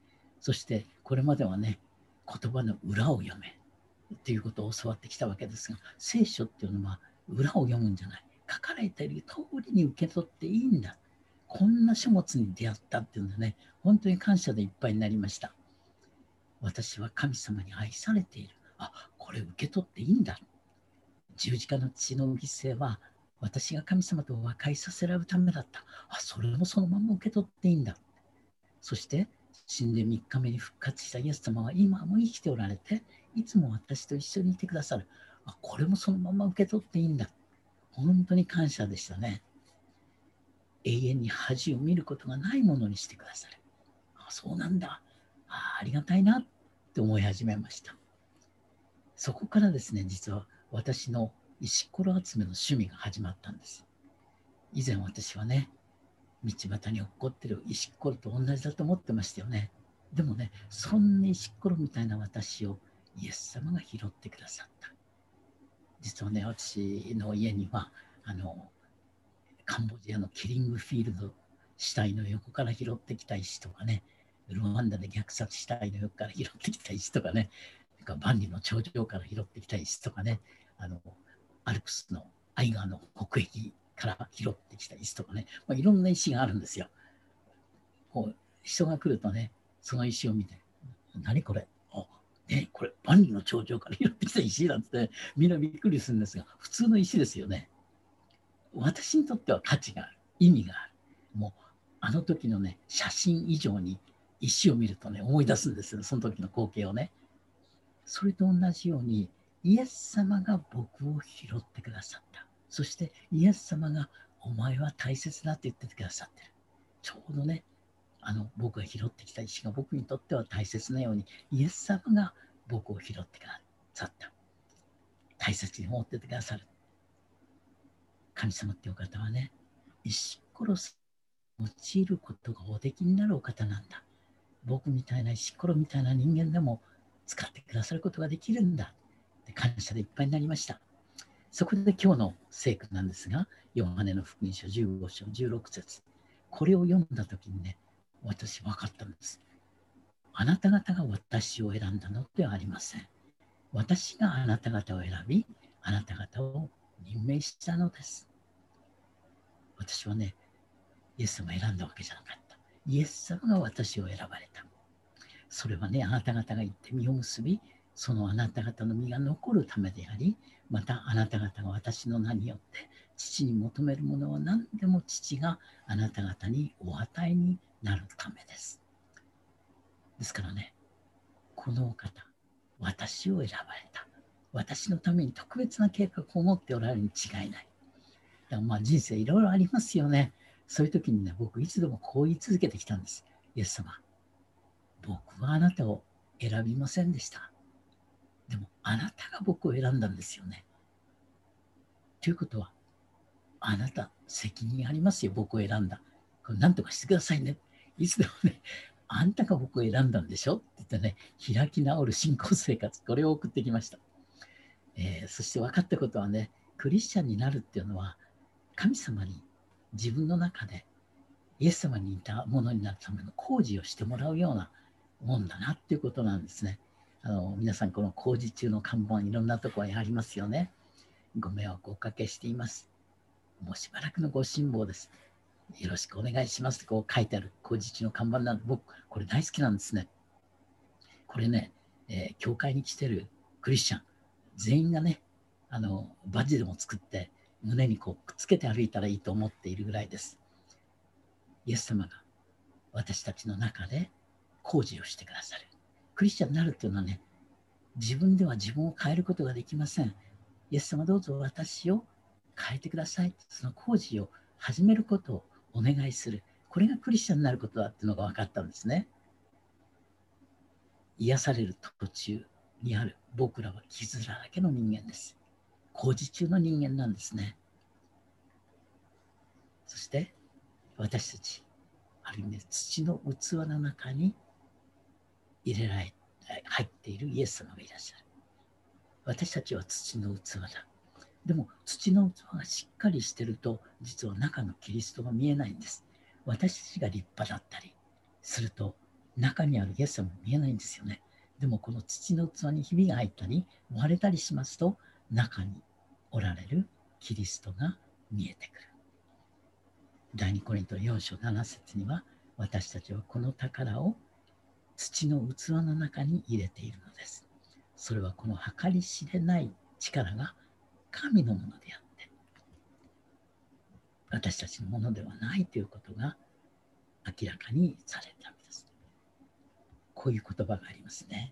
そしてこれまではね、言葉の裏を読めっていうことを教わってきたわけですが、聖書っていうのは裏を読むんじゃない。書かれている通りに受け取っていいんだ。こんな書物に出会ったっていうのでね、本当に感謝でいっぱいになりました。私は神様に愛されている。これ受け取っていいんだ。十字架の血の犠牲は私が神様と和解させられるためだった。それもそのまま受け取っていいんだ。そして死んで3日目に復活したイエス様は今も生きておられて、いつも私と一緒にいてくださる。これもそのまま受け取っていいんだ。本当に感謝でしたね。永遠に恥を見ることがないものにしてくださる。そうなんだ。ありがたいなって思い始めました。そこからですね、実は私の石ころ集めの趣味が始まったんです。以前私はね、道端に落っこってる石ころと同じだと思ってましたよね。でもね、そんな石ころみたいな私をイエス様が拾ってくださった。実はね、私の家にはカンボジアのキリングフィールド死体の横から拾ってきた石とかね、ルワンダで虐殺死体の横から拾ってきた石とかね、万里の長城から拾ってきた石とかね、アルプスのアイガーの北壁から拾ってきた石とかね、いろんな石があるんですよ。人が来るとね、その石を見て、何これ、これ万里の長城から拾ってきた石だって、みんなびっくりするんですが、普通の石ですよね。私にとっては価値がある、意味がある。もうあの時のね、写真以上に石を見るとね、思い出すんですよ、その時の光景をね。それと同じように、イエス様が僕を拾ってくださった。そしてイエス様がお前は大切だって言っててくださってる。ちょうどね、僕が拾ってきた石が僕にとっては大切なように、イエス様が僕を拾ってくださった。大切に思っててくださる。神様っていう方はね、石ころを用いることがおできになるお方なんだ。僕みたいな石ころみたいな人間でも使ってくださることができるんだって感謝でいっぱいになりました。そこで今日の聖句なんですが、ヨハネの福音書15章16節。これを読んだときにね、私分かったんです。あなた方が私を選んだのではありません。私があなた方を選び、あなた方を任命したのです。私はね、イエス様を選んだわけじゃなかった。イエス様が私を選ばれた。それはね、あなた方が行って実を結び、そのあなた方の実が残るためであり、またあなた方が私の名によって父に求めるものは何でも父があなた方にお与えになるためです。ですからね、このお方、私を選ばれた。私のために特別な計画を持っておられるに違いない。だから人生いろいろありますよね。そういう時にね、僕いつでもこう言い続けてきたんです。イエス様、僕はあなたを選びませんでした。でもあなたが僕を選んだんですよね。ということは、あなた責任ありますよ、僕を選んだ。これ何とかしてくださいね。いつでもね、あんたが僕を選んだんでしょって言ってね、開き直る信仰生活、これを送ってきました。そして分かったことはね、クリスチャンになるっていうのは、神様に自分の中でイエス様に似たものになるための工事をしてもらうようなもんだなっていうことなんですね。皆さん、この工事中の看板、いろんなところにありますよね。ご迷惑をおかけしています。もうしばらくのご辛抱です。よろしくお願いしますってこう書いてある工事中の看板なんで、僕、これ大好きなんですね。これね、教会に来てるクリスチャン、全員がね、バッジでも作って、胸にこうくっつけて歩いたらいいと思っているぐらいです。イエス様が私たちの中で工事をしてくださる。クリスチャンになるというのはね、自分では自分を変えることができません。イエス様どうぞ私を変えてください。その工事を始めることをお願いする。これがクリスチャンになることだっていうのが分かったんですね。癒される途中にある僕らは傷だらけの人間です。工事中の人間なんですね。そして私たち、ある意味土の器の中に入っているイエス様がいらっしゃる。私たちは土の器だ。でも土の器がしっかりしてると、実は中のキリストが見えないんです。私たちが立派だったりすると、 中にあるイエス様も見えないんですよね。でもこの土の器にひびが入ったり割れたりしますと、中におられるキリストが見えてくる。第2コリント4章7節には、私たちはこの宝を土の器の中に入れているのです。それはこの計り知れない力が神のものであって、私たちのものではないということが明らかにされたのです。こういう言葉がありますね。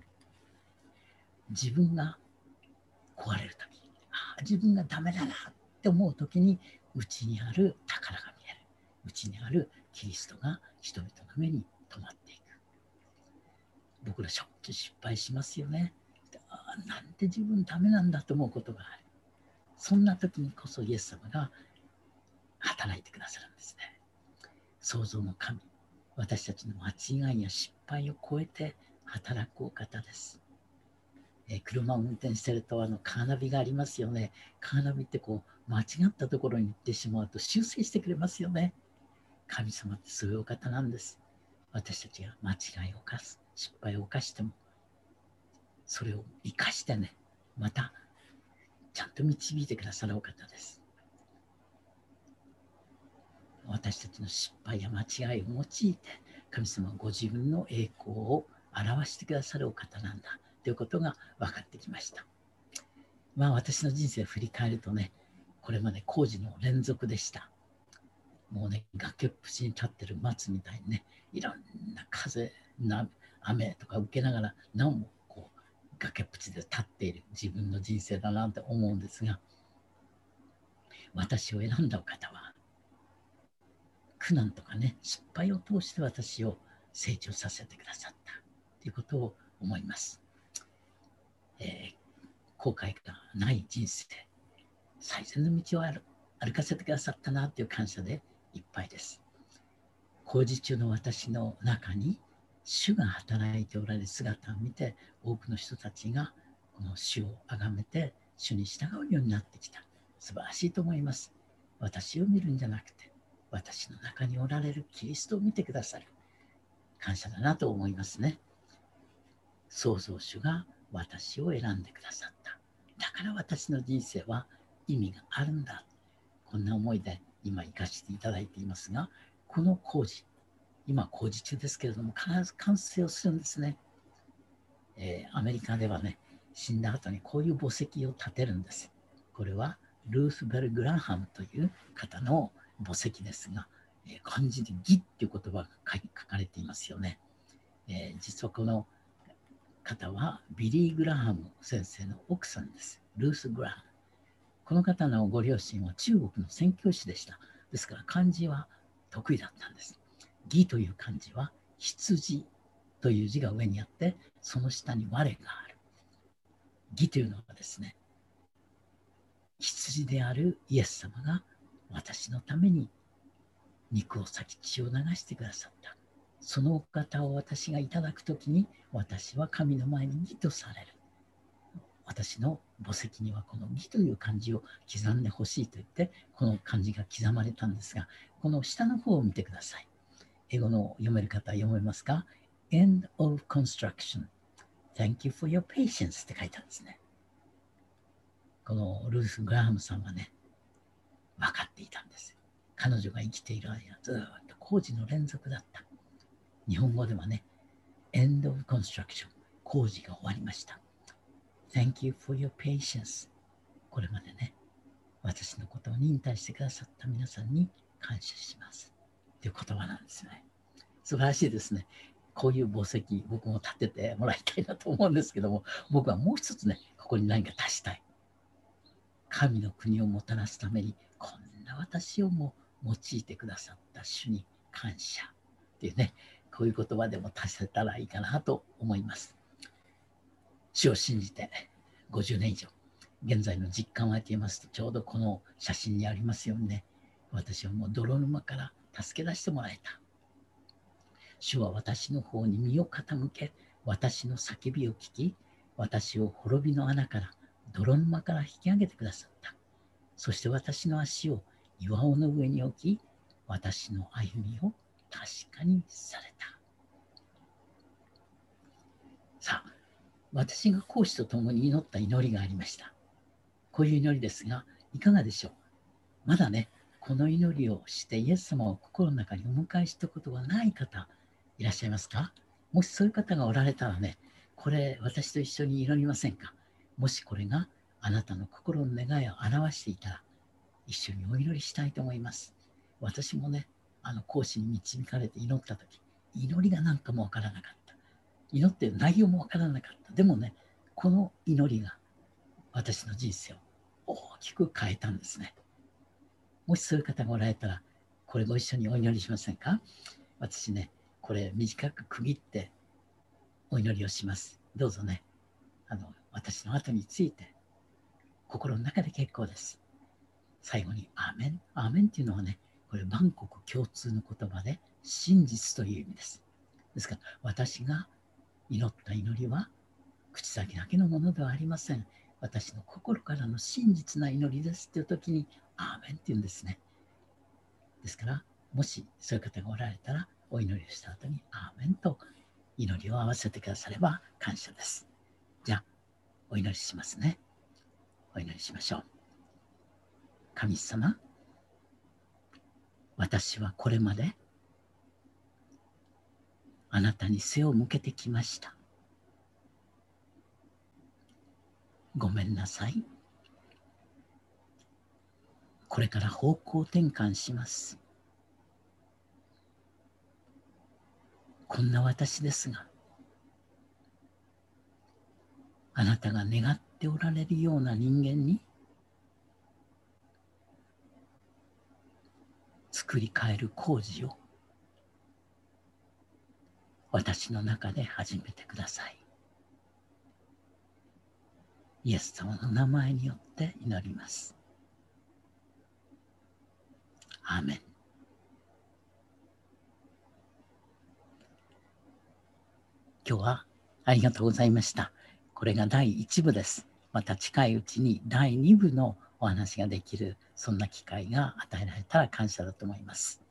自分が壊れるとき、自分がダメだなって思うときに、うちにある宝が見える。うちにあるキリストが人々の目に留まっていく。僕らしょっちゅう失敗しますよね。なんて自分ダメなんだと思うことがある。そんな時にこそイエス様が働いてくださるんですね。創造の神、私たちの間違いや失敗を超えて働くお方です。車を運転してるとカーナビがありますよね。カーナビって間違ったところに行ってしまうと修正してくれますよね。神様ってそういうお方なんです。私たちが間違いを犯す、失敗を犯しても、それを生かしてね、またちゃんと導いてくださるお方です。私たちの失敗や間違いを用いて、神様はご自分の栄光を表してくださるお方なんだということが分かってきました。私の人生を振り返るとね、これまで工事の連続でした。もうね、崖っぷちに立ってる松みたいにね、いろんな風、雨とか受けながら、なおも崖っぷちで立っている自分の人生だなって思うんですが、私を選んだお方は、苦難とかね、失敗を通して私を成長させてくださったということを思います。後悔がない人生、最善の道を歩かせてくださったなという感謝でいっぱいです。工事中の私の中に主が働いておられる姿を見て、多くの人たちがこの主を崇めて主に従うようになってきた。素晴らしいと思います。私を見るんじゃなくて、私の中におられるキリストを見てくださる。感謝だなと思いますね。創造主が私を選んでくださった。だから私の人生は意味があるんだ。こんな思いで今生かしていただいていますが、この工事、今工事中ですけれども、必ず完成をするんですね。アメリカではね、死んだ後にこういう墓石を建てるんです。これはルースベル・グラハムという方の墓石ですが、漢字で義っていう言葉が書かれていますよね。実はこの方はビリー・グラハム先生の奥さんです。ルース・グラハム。この方のご両親は中国の宣教師でした。ですから漢字は得意だったんです。義という漢字は羊という字が上にあって、その下に我がある。義というのはですね、羊であるイエス様が私のために肉を裂き血を流してくださった。そのお方を私がいただくときに、私は神の前に義とされる。私の墓石にはこの義という漢字を刻んでほしいと言って、この漢字が刻まれたんですが、この下の方を見てください。英語の読める方は読めますか？ End of construction. Thank you for your patience って書いてあるんですね。このルース・グラハムさんはね、分かっていたんです。彼女が生きている間、ずっと工事の連続だった。日本語ではね、End of construction。工事が終わりました。Thank you for your patience。これまでね、私のことを忍耐してくださった皆さんに感謝します。という言葉なんですね。素晴らしいですね。こういう墓石、僕も建ててもらいたいなと思うんですけども、僕はもう一つね、ここに何か足したい。神の国をもたらすために、こんな私をも用いてくださった主に感謝っていうね、こういう言葉でも足せたらいいかなと思います。主を信じて50年以上、現在の実感を得ていますと、ちょうどこの写真にありますようにね、私はもう泥沼から助け出してもらえた。主は私の方に身を傾け、私の叫びを聞き、私を滅びの穴から、泥沼から引き上げてくださった。そして私の足を岩尾の上に置き、私の歩みを確かにされた。 私が講師と共に祈った祈りがありました。こういう祈りですが、いかがでしょう。まだね、この祈りをしてイエス様を心の中にお迎えしたことがない方いらっしゃいますか？もしそういう方がおられたらね、これ私と一緒に祈りませんか？もしこれがあなたの心の願いを表していたら、一緒にお祈りしたいと思います。私もね、講師に導かれて祈ったとき、祈りが何かもわからなかった。祈っている内容もわからなかった。でもね、この祈りが私の人生を大きく変えたんですね。もしそういう方がおられたら、これご一緒にお祈りしませんか？私ね、これ短く区切ってお祈りをします。どうぞね、私の後について、心の中で結構です。最後にアーメン。アーメンっていうのはね、これ万国共通の言葉で真実という意味です。ですから私が祈った祈りは口先だけのものではありません。私の心からの真実な祈りですという時にアーメンって言うんですね。ですからもしそういう方がおられたらお祈りをした後にアーメンと祈りを合わせてくだされば感謝です。じゃあお祈りしますね。お祈りしましょう。神様、私はこれまであなたに背を向けてきました。ごめんなさい。これから方向転換します。こんな私ですが、あなたが願っておられるような人間に作り変える工事を私の中で始めてください。イエス様の名前によって祈ります。アーメン。今日はありがとうございました。これが第1部です。また近いうちに第2部のお話ができる、そんな機会が与えられたら感謝だと思います。